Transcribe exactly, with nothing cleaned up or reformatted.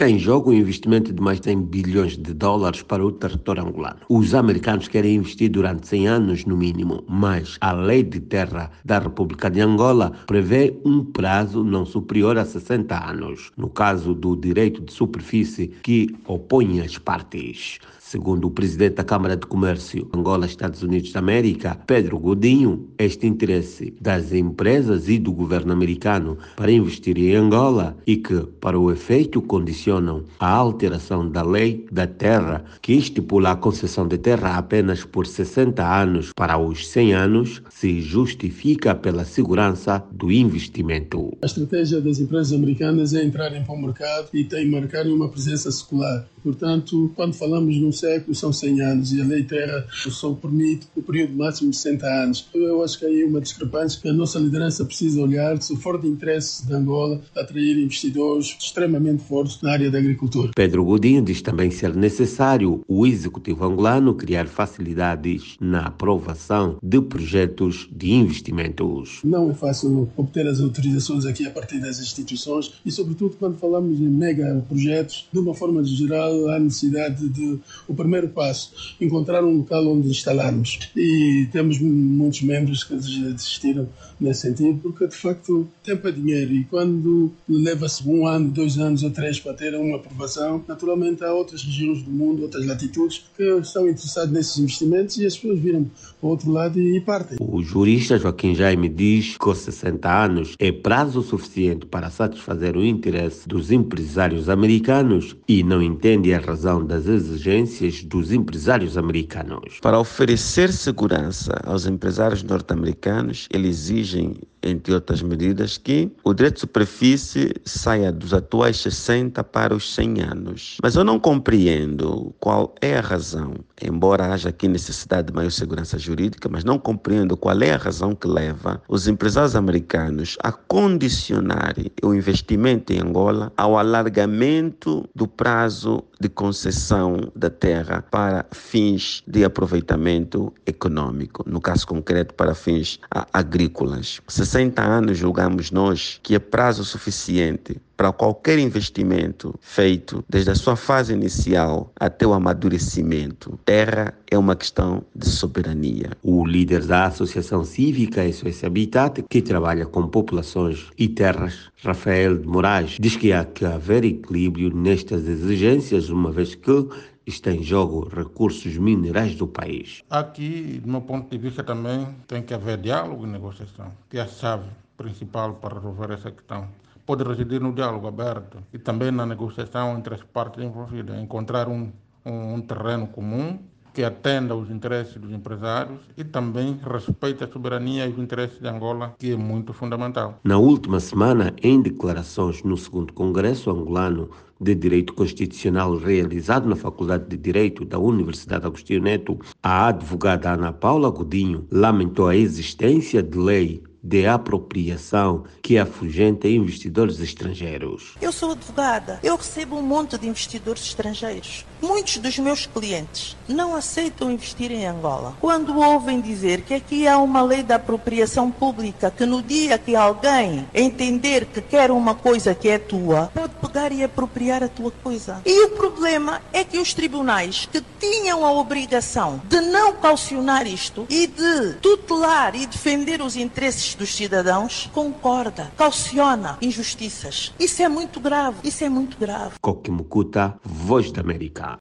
Está em jogo um investimento de mais de cem bilhões de dólares para o território angolano. Os americanos querem investir durante cem anos no mínimo, mas a lei de terra da República de Angola prevê um prazo não superior a sessenta anos, no caso do direito de superfície que opõe as partes. Segundo o presidente da Câmara de Comércio Angola-Estados Unidos da América, Pedro Godinho, este interesse das empresas e do governo americano para investir em Angola e que, para o efeito, condicionam a alteração da lei da terra, que estipula a concessão de terra apenas por sessenta anos para os cem anos, se justifica pela segurança do investimento. A estratégia das empresas americanas é entrarem para o mercado e tem marcarem uma presença secular. Portanto, quando falamos num século, são cem anos e a lei terra só permite o período máximo de sessenta anos. Eu acho que aí é uma discrepância que a nossa liderança precisa olhar, se for de interesse de Angola, atrair investidores extremamente fortes na área da agricultura. Pedro Godinho diz também ser necessário o executivo angolano criar facilidades na aprovação de projetos de investimentos. Não é fácil obter as autorizações aqui a partir das instituições e, sobretudo, quando falamos em mega projetos, de uma forma geral, há necessidade de, o primeiro passo, encontrar um local onde instalarmos. E temos muitos membros que desistiram nesse sentido, porque, de facto, tempo é dinheiro e quando leva-se um ano, dois anos ou três para ter uma aprovação, naturalmente há outras regiões do mundo, outras latitudes, que estão interessadas nesses investimentos e as pessoas viram para o outro lado e partem. O jurista Joaquim Jaime diz que os sessenta anos é prazo suficiente para satisfazer o interesse dos empresários americanos e não entende a razão das exigências dos empresários americanos. Para oferecer segurança aos empresários norte-americanos, eles exigem, entre outras medidas, que o direito de superfície saia dos atuais sessenta para os cem anos. Mas eu não compreendo qual é a razão, embora haja aqui necessidade de maior segurança jurídica, mas não compreendo qual é a razão que leva os empresários americanos a condicionarem o investimento em Angola ao alargamento do prazo de concessão da terra para fins de aproveitamento econômico, no caso concreto para fins agrícolas. sessenta anos julgamos nós que é prazo suficiente para qualquer investimento feito desde a sua fase inicial até o amadurecimento. Terra é uma questão de soberania. O líder da Associação Cívica S O S Habitat, que trabalha com populações e terras, Rafael de Moraes, diz que há que haver equilíbrio nestas exigências, uma vez que está em jogo recursos minerais do país. Aqui, do meu ponto de vista, também tem que haver diálogo e negociação, que é a chave principal para resolver essa questão. Pode residir no diálogo aberto e também na negociação entre as partes envolvidas, encontrar um, um, um terreno comum que atenda aos interesses dos empresários e também respeite a soberania e os interesses de Angola, que é muito fundamental. Na última semana, em declarações no segundo Congresso Angolano de Direito Constitucional realizado na Faculdade de Direito da Universidade Agostinho Neto, a advogada Ana Paula Godinho lamentou a existência de lei de apropriação que afugenta investidores estrangeiros. Eu sou advogada, eu recebo um monte de investidores estrangeiros. Muitos dos meus clientes não aceitam investir em Angola. Quando ouvem dizer que aqui há uma lei de apropriação pública, que no dia que alguém entender que quer uma coisa que é tua, pode pegar e apropriar a tua coisa. E o problema é que os tribunais, que tinham a obrigação de não caucionar isto e de tutelar e defender os interesses dos cidadãos, concorda, cauciona injustiças. Isso é muito grave, isso é muito grave. Coque Mucuta, Voz da América.